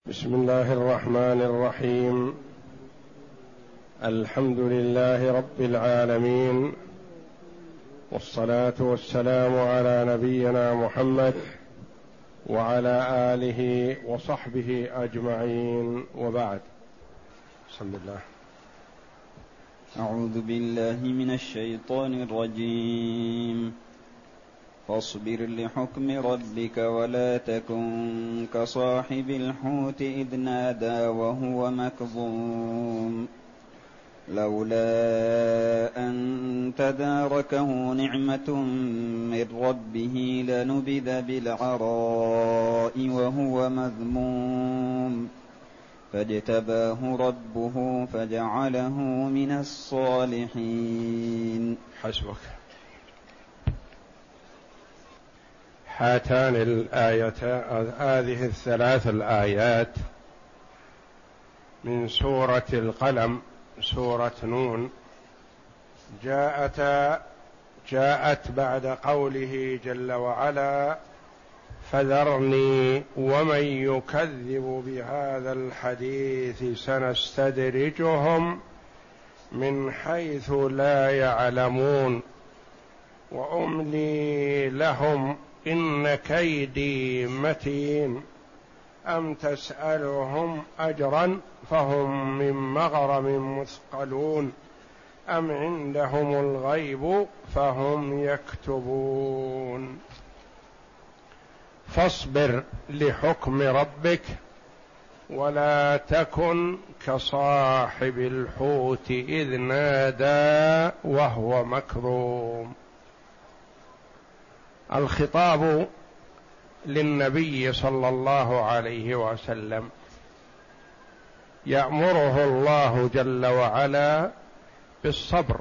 بسم الله الرحمن الرحيم. الحمد لله رب العالمين، والصلاة والسلام على نبينا محمد وعلى آله وصحبه أجمعين، وبعد. بسم الله. أعوذ بالله من الشيطان الرجيم. فاصبر لحكم ربك ولا تكن كصاحب الحوت إذ نادى وهو مكظوم لولا أن تداركه نعمة من ربه لنبذ بالعراء وهو مذموم فاجتباه ربه فجعله من الصالحين. حسبك. هاتان الآيتان، هذه الثلاث الآيات من سورة القلم، سورة نون، جاءت بعد قوله جل وعلا: فذرني ومن يكذب بهذا الحديث سنستدرجهم من حيث لا يعلمون وأملي لهم إن كيدي متين أم تسألهم أجرا فهم من مغرم مثقلون أم عندهم الغيب فهم يكتبون. فاصبر لحكم ربك ولا تكن كصاحب الحوت إذ نادى وهو مكظوم. الخطاب للنبي صلى الله عليه وسلم، يأمره الله جل وعلا بالصبر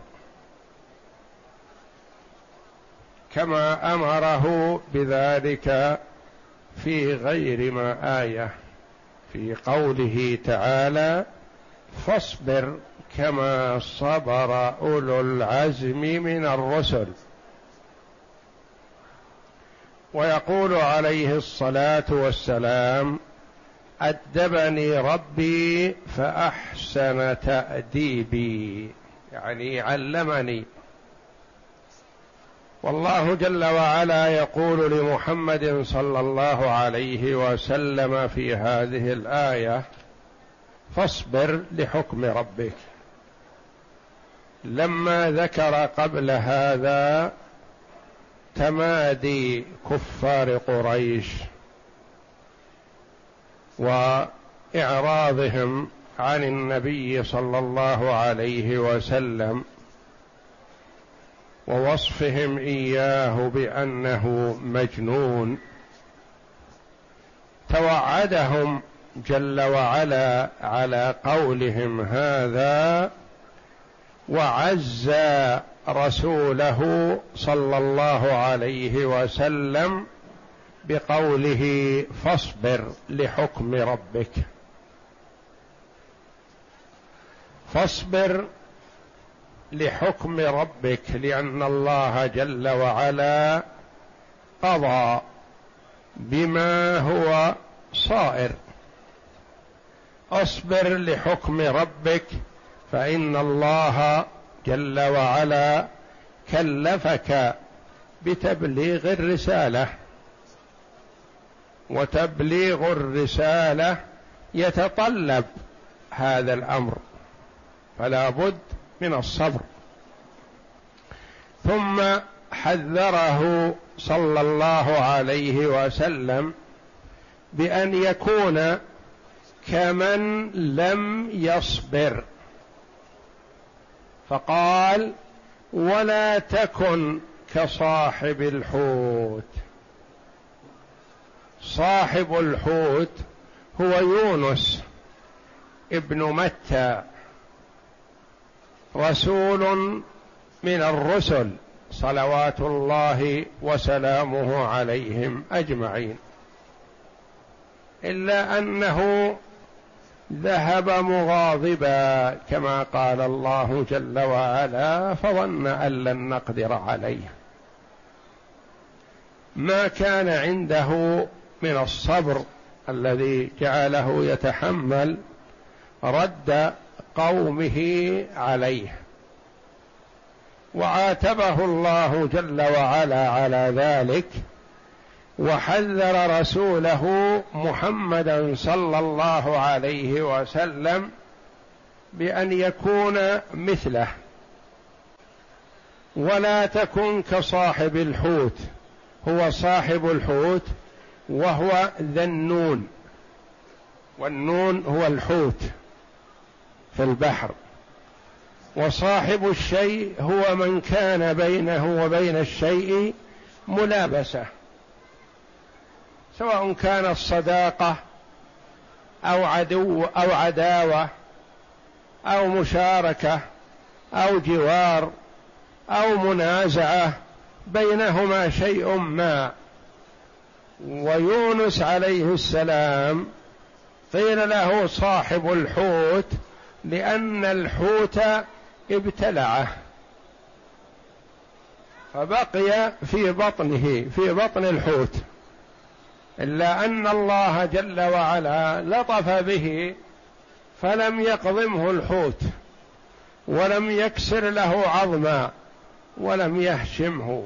كما أمره بذلك في غير ما آية في قوله تعالى: فاصبر كما صبر أولو العزم من الرسل. ويقول عليه الصلاة والسلام: أدبني ربي فأحسن تأديبي، يعني علمني. والله جل وعلا يقول لمحمد صلى الله عليه وسلم في هذه الآية: فاصبر لحكم ربك. لما ذكر قبل هذا تمادي كفار قريش وإعراضهم عن النبي صلى الله عليه وسلم ووصفهم إياه بأنه مجنون، توعدهم جل وعلا على قولهم هذا، وعز رسوله صلى الله عليه وسلم بقوله: فاصبر لحكم ربك. فاصبر لحكم ربك لأن الله جل وعلا قضى بما هو صائر. اصبر لحكم ربك فإن الله جل وعلا كلفك بتبليغ الرسالة، وتبليغ الرسالة يتطلب هذا الأمر، فلا بد من الصبر. ثم حذره صلى الله عليه وسلم بأن يكون كمن لم يصبر، فقال: ولا تكن كصاحب الحوت. صاحب الحوت هو يونس ابن متى، رسول من الرسل صلوات الله وسلامه عليهم أجمعين، إلا أنه ذهب مغاضبا كما قال الله جل وعلا: فظن أن لن نقدر عليه. ما كان عنده من الصبر الذي جعله يتحمل رد قومه عليه، وعاتبه الله جل وعلا على ذلك، وحذر رسوله محمدا صلى الله عليه وسلم بأن يكون مثله، ولا تكن كصاحب الحوت. هو صاحب الحوت وهو ذا النون، والنون هو الحوت في البحر، وصاحب الشيء هو من كان بينه وبين الشيء ملابسة، سواء كانت صداقة أو عداوة أو مشاركة أو جوار أو منازعة، بينهما شيء ما. ويونس عليه السلام قيل له صاحب الحوت لأن الحوت ابتلعه فبقي في بطنه، في بطن الحوت، إلا أن الله جل وعلا لطف به فلم يقضمه الحوت ولم يكسر له عظما ولم يهشمه،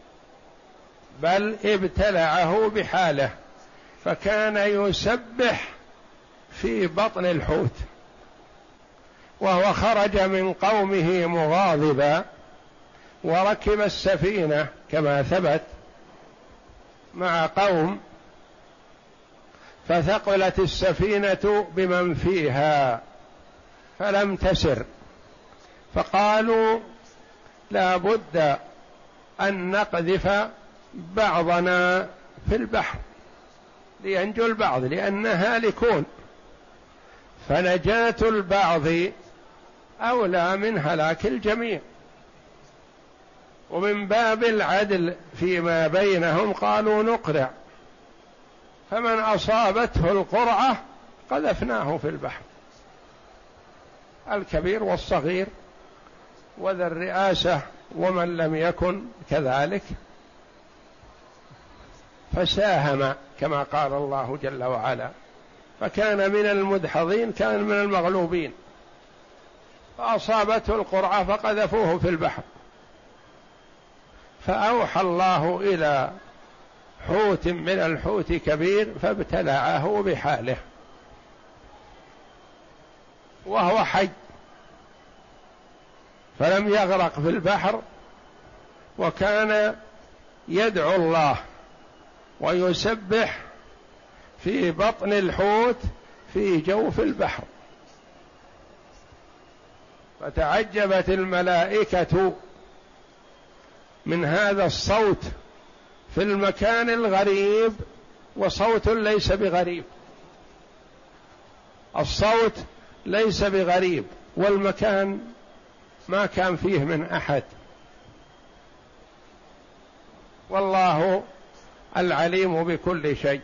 بل ابتلعه بحاله، فكان يسبح في بطن الحوت، وهو خرج من قومه مغاضبا وركب السفينة كما ثبت مع قوم، فثقلت السفينة بمن فيها فلم تسر، فقالوا لا بد أن نقذف بعضنا في البحر لينجو البعض لأن هالكون، فنجاة البعض أولى من هلاك الجميع. ومن باب العدل فيما بينهم قالوا نقرع، فمن أصابته القرعة قذفناه في البحر، الكبير والصغير وذا الرئاسة ومن لم يكن كذلك، فساهم كما قال الله جل وعلا، فكان من المدحضين، كان من المغلوبين، فأصابته القرعة فقذفوه في البحر، فأوحى الله إلى حوت من الحوت كبير فابتلعه بحاله وهو حي، فلم يغرق في البحر، وكان يدعو الله ويسبح في بطن الحوت في جوف البحر، فتعجبت الملائكة من هذا الصوت في المكان الغريب، وصوت ليس بغريب، الصوت ليس بغريب، والمكان ما كان فيه من أحد، والله العليم بكل شيء.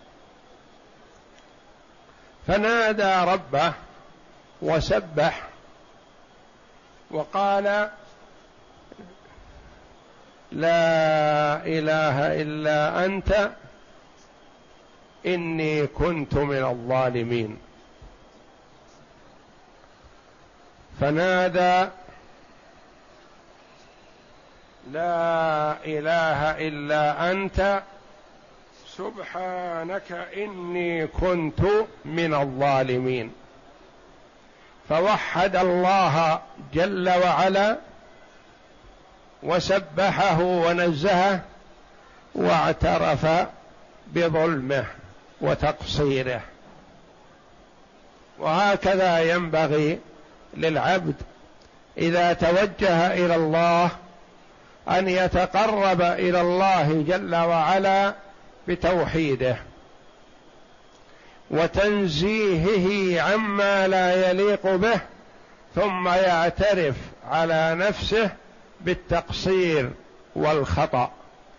فنادى ربه وسبح وقال لا إله إلا أنت إني كنت من الظالمين. فنادى لا إله إلا أنت سبحانك إني كنت من الظالمين، فوحد الله جل وعلا وسبحه ونزهه واعترف بظلمه وتقصيره. وهكذا ينبغي للعبد إذا توجه إلى الله أن يتقرب إلى الله جل وعلا بتوحيده وتنزيهه عما لا يليق به، ثم يعترف على نفسه بالتقصير والخطأ،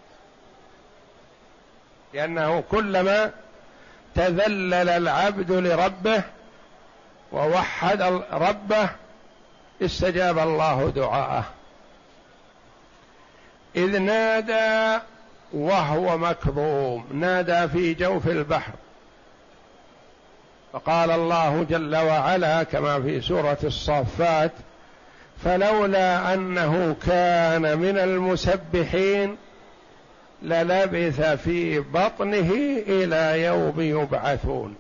لأنه كلما تذلل العبد لربه ووحد ربه استجاب الله دعاءه. إذ نادى وهو مكظوم، نادى في جوف البحر فقال الله جل وعلا كما في سورة الصافات: فلولا أنه كان من المسبحين للبث في بطنه إلى يوم يبعثون.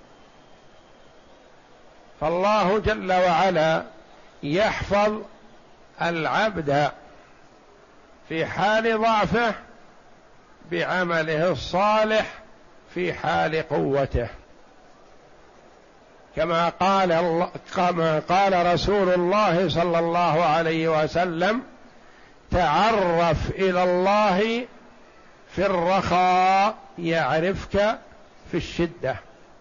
فالله جل وعلا يحفظ العبد في حال ضعفه بعمله الصالح في حال قوته، كما قال رسول الله صلى الله عليه وسلم: تعرف إلى الله في الرخاء يعرفك في الشدة.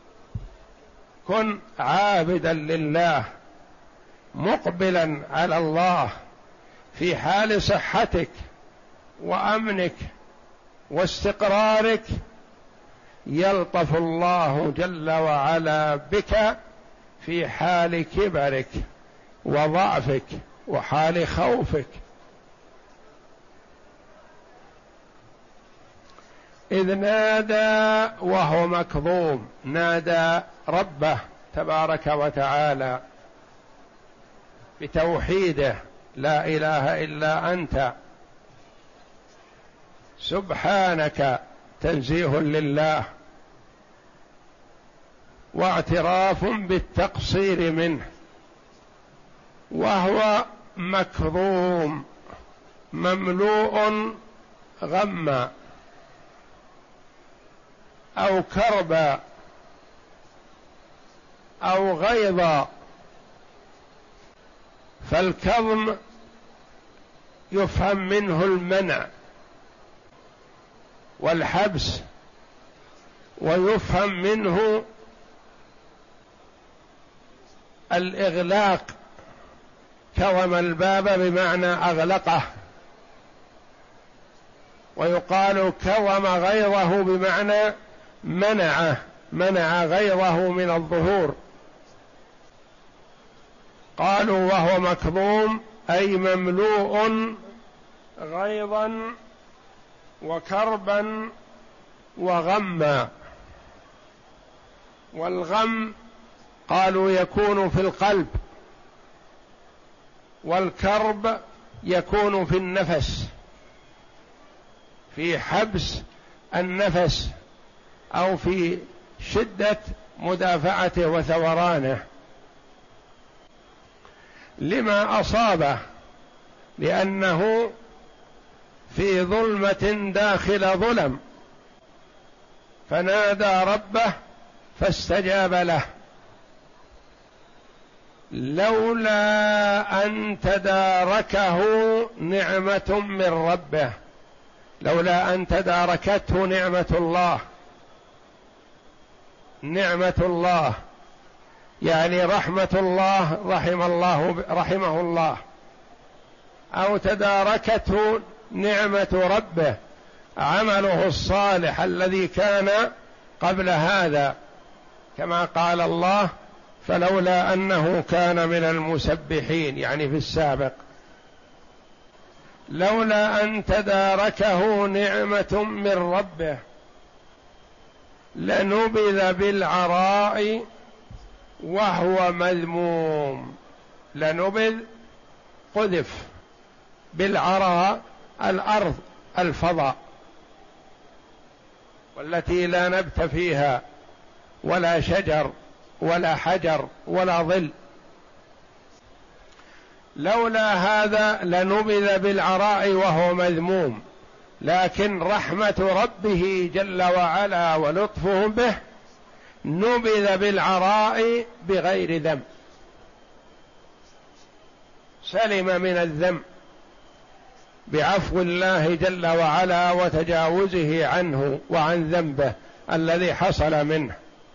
كن عابدا لله مقبلا على الله في حال صحتك وأمنك واستقرارك، يلطف الله جل وعلا بك في حال كبرك وضعفك وحال خوفك. إذ نادى وهو مكظوم، نادى ربه تبارك وتعالى بتوحيده: لا إله إلا أنت سبحانك، تنزيه لله واعتراف بالتقصير منه، وهو مكظوم مملوء غما أو كربا أو غيظا. فالكظم يفهم منه المنع والحبس، ويفهم منه الإغلاق، كظم الباب بمعنى أغلقه، ويقال كظم غيظه بمعنى منع غيظه من الظهور. قالوا وهو مكظوم أي مملوء غيظا وكربا وغما. والغم قالوا يكون في القلب، والكرب يكون في النفس، في حبس النفس أو في شدة مدافعته وثورانه. لما أصابه؟ لأنه في ظلمة داخل ظلم، فنادى ربه فاستجاب له. لولا أن تداركه نعمة من ربه، لولا أن تداركته نعمة الله يعني رحمة الله، رحمه الله، أو تداركته نعمة ربه عمله الصالح الذي كان قبل هذا، كما قال الله: فلولا أنه كان من المسبحين، يعني في السابق. لولا أن تداركه نعمة من ربه لنبذ بالعراء وهو مذموم. لنبذ قذف، بالعراء الأرض الفضاء، والتي لا نبت فيها ولا شجر ولا حجر ولا ظل. لولا هذا لنبذ بالعراء وهو مذموم، لكن رحمة ربه جل وعلا ولطفه به نبذ بالعراء بغير ذنب، سلم من الذنب بعفو الله جل وعلا وتجاوزه عنه وعن ذنبه الذي حصل منه.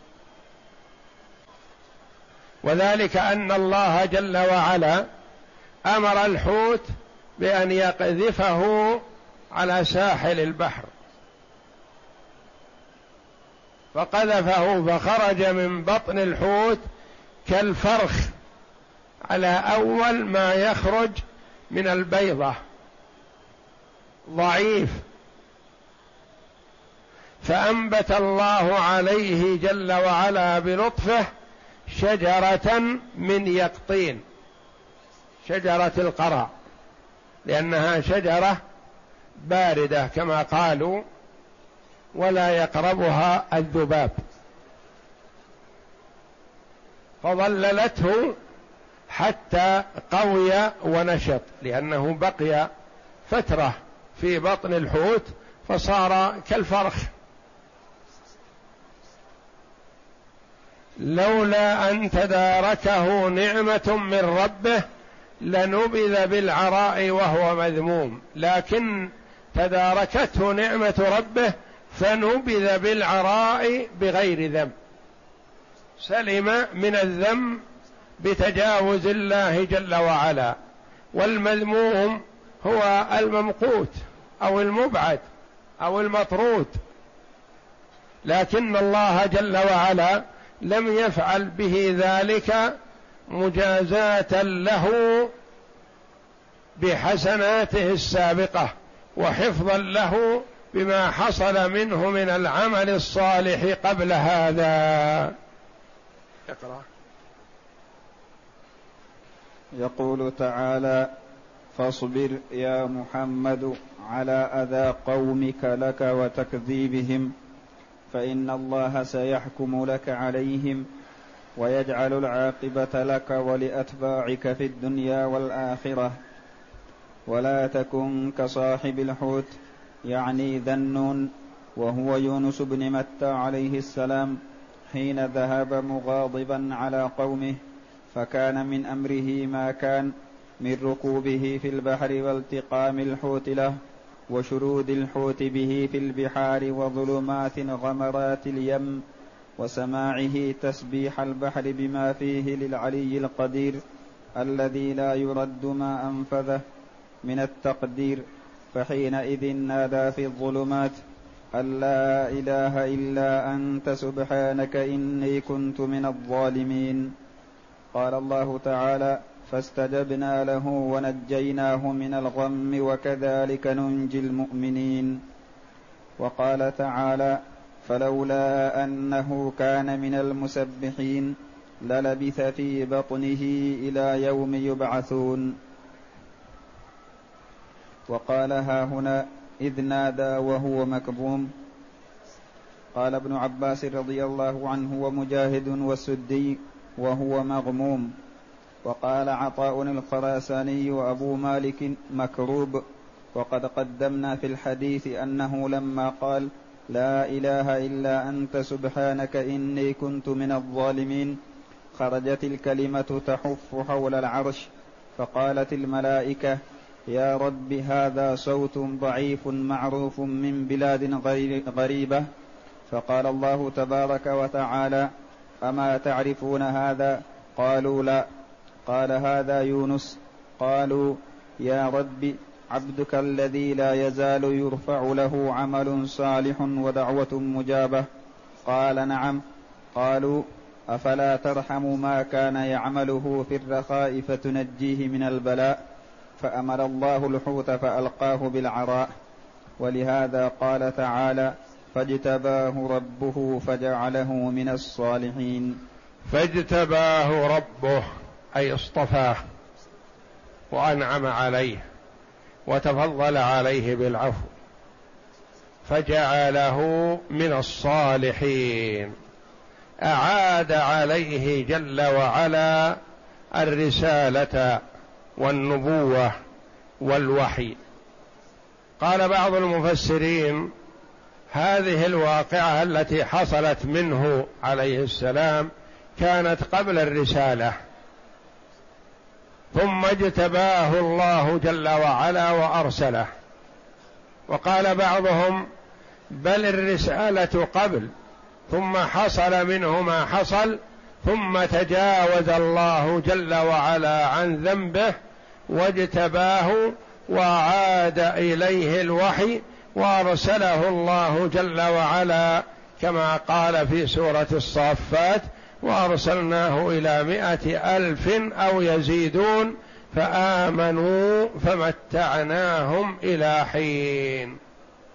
وذلك أن الله جل وعلا أمر الحوت بأن يقذفه على ساحل البحر، فقذفه فخرج من بطن الحوت كالفرخ على أول ما يخرج من البيضة، ضعيف، فأنبت الله عليه جل وعلا بلطفه شجرة من يقطين، شجرة القرع، لأنها شجرة باردة كما قالوا، ولا يقربها الذباب، فظللته حتى قوي ونشط، لأنه بقي فترة في بطن الحوت فصار كالفرخ. لولا أن تداركه نعمة من ربه لنبذ بالعراء وهو مذموم، لكن تداركته نعمة ربه فنبذ بالعراء بغير ذنب، سلم من الذنب بتجاوز الله جل وعلا. والمذموم هو الممقوت أو المبعد أو المطرود، لكن الله جل وعلا لم يفعل به ذلك مجازاة له بحسناته السابقة وحفظا له بما حصل منه من العمل الصالح قبل هذا. اقرأ. يقول تعالى: فاصبر يا محمد على أذى قومك لك وتكذيبهم، فإن الله سيحكم لك عليهم ويجعل العاقبة لك ولأتباعك في الدنيا والآخرة. ولا تكن كصاحب الحوت، يعني ذا النون، وهو يونس بن متى عليه السلام، حين ذهب مغاضبا على قومه، فكان من أمره ما كان من ركوبه في البحر والتقام الحوت له وشرود الحوت به في البحار وظلمات غمرات اليم وسماعه تسبيح البحر بما فيه للعلي القدير الذي لا يرد ما أنفذه من التقدير. فحينئذ نادى في الظلمات أن لا إله إلا أنت سبحانك إني كنت من الظالمين. قال الله تعالى: فاستجبنا له ونجيناه من الغم وكذلك ننجي المؤمنين. وقال تعالى: فلولا أنه كان من المسبحين للبث في بطنه إلى يوم يبعثون. وقال هاهنا إذ نادى وهو مكظوم. قال ابن عباس رضي الله عنه ومجاهد والسدي وهو مغموم. وقال عطاء الخراساني وأبو مالك مكروب. وقد قدمنا في الحديث أنه لما قال لا إله إلا أنت سبحانك إني كنت من الظالمين خرجت الكلمة تحف حول العرش، فقالت الملائكة: يا رب هذا صوت ضعيف معروف من بلاد غريبة. فقال الله تبارك وتعالى: أما تعرفون هذا؟ قالوا لا. قال: هذا يونس. قالوا: يا رب عبدك الذي لا يزال يرفع له عمل صالح ودعوة مجابة. قال: نعم. قالوا: أفلا ترحم ما كان يعمله في الرخاء فتنجيه من البلاء؟ فأمر الله الحوت فألقاه بالعراء. ولهذا قال تعالى: فاجتباه ربه فجعله من الصالحين. فاجتباه ربه أي اصطفاه وأنعم عليه وتفضل عليه بالعفو، فجعله من الصالحين، أعاد عليه جل وعلا الرسالة والنبوة والوحي. قال بعض المفسرين: هذه الواقعة التي حصلت منه عليه السلام كانت قبل الرسالة، ثم اجتباه الله جل وعلا وأرسله. وقال بعضهم: بل الرسالة قبل، ثم حصل منه ما حصل، ثم تجاوز الله جل وعلا عن ذنبه واجتباه وعاد إليه الوحي وأرسله الله جل وعلا كما قال في سورة الصافات: وأرسلناه إلى 100,000 أو يزيدون فآمنوا فمتعناهم إلى حين.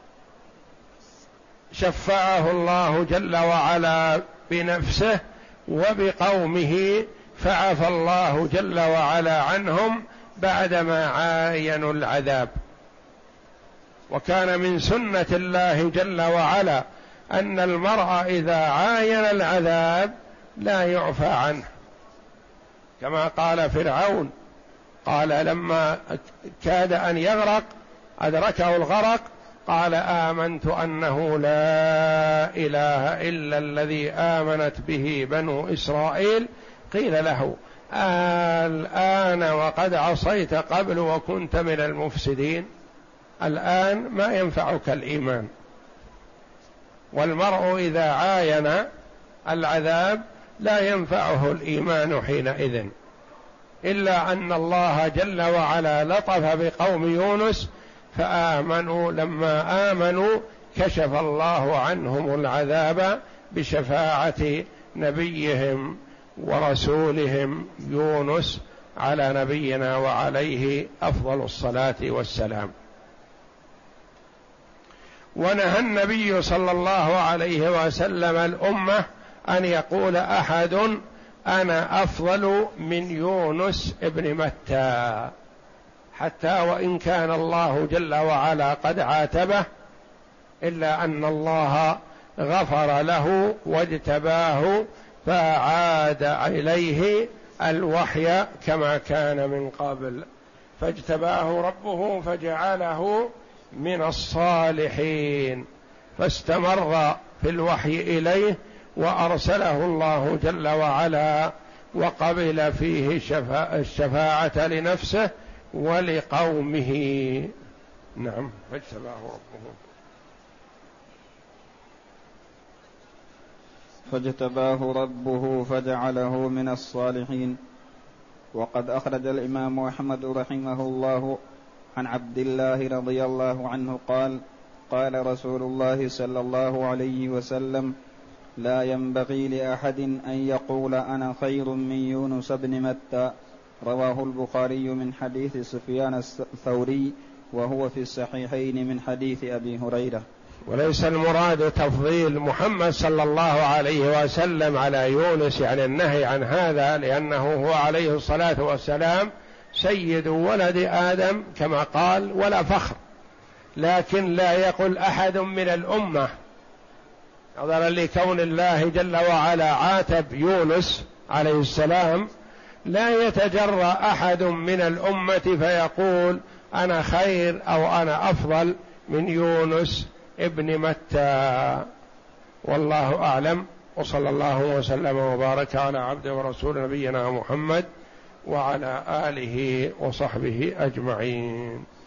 شفعه الله جل وعلا بنفسه وبقومه فعفى الله جل وعلا عنهم بعدما عاينوا العذاب. وكان من سنة الله جل وعلا أن المرء إذا عاين العذاب لا يعفى عنه، كما قال فرعون، قال لما كاد أن يغرق أدركه الغرق قال آمنت أنه لا إله إلا الذي آمنت به بنو إسرائيل. قيل له الآن وقد عصيت قبل وكنت من المفسدين، الآن ما ينفعك الإيمان. والمرء إذا عاين العذاب لا ينفعه الإيمان حينئذ، إلا أن الله جل وعلا لطف بقوم يونس فآمنوا، لما آمنوا كشف الله عنهم العذاب بشفاعة نبيهم ورسولهم يونس على نبينا وعليه أفضل الصلاة والسلام. ونهى النبي صلى الله عليه وسلم الأمة أن يقول أحد أنا أفضل من يونس ابن متى، حتى وإن كان الله جل وعلا قد عاتبه، إلا أن الله غفر له واجتباه فعاد إليه الوحي كما كان من قبل، فاجتباه ربه فجعله من الصالحين، فاستمر في الوحي إليه وأرسله الله جل وعلا وقبل فيه الشفاعة لنفسه ولقومه. نعم، فاجتباه ربه فجعله من الصالحين. وقد أخرج الإمام أحمد رحمه الله عن عبد الله رضي الله عنه قال قال رسول الله صلى الله عليه وسلم لا ينبغي لأحد أن يقول أنا خير من يونس بن متى. رواه البخاري من حديث سفيان الثوري وهو في الصحيحين من حديث أبي هريرة. وليس المراد تفضيل محمد صلى الله عليه وسلم على يونس، يعني النهي عن هذا، لأنه هو عليه الصلاة والسلام سيد ولد آدم كما قال ولا فخر، لكن لا يقل أحد من الأمة، نظرا لكون الله جل وعلا عاتب يونس عليه السلام، لا يتجرأ أحد من الأمة فيقول أنا خير أو أنا أفضل من يونس ابن متى. والله أعلم، وصلى الله وسلم وبارك على عبده ورسول نبينا محمد وعلى آله وصحبه أجمعين.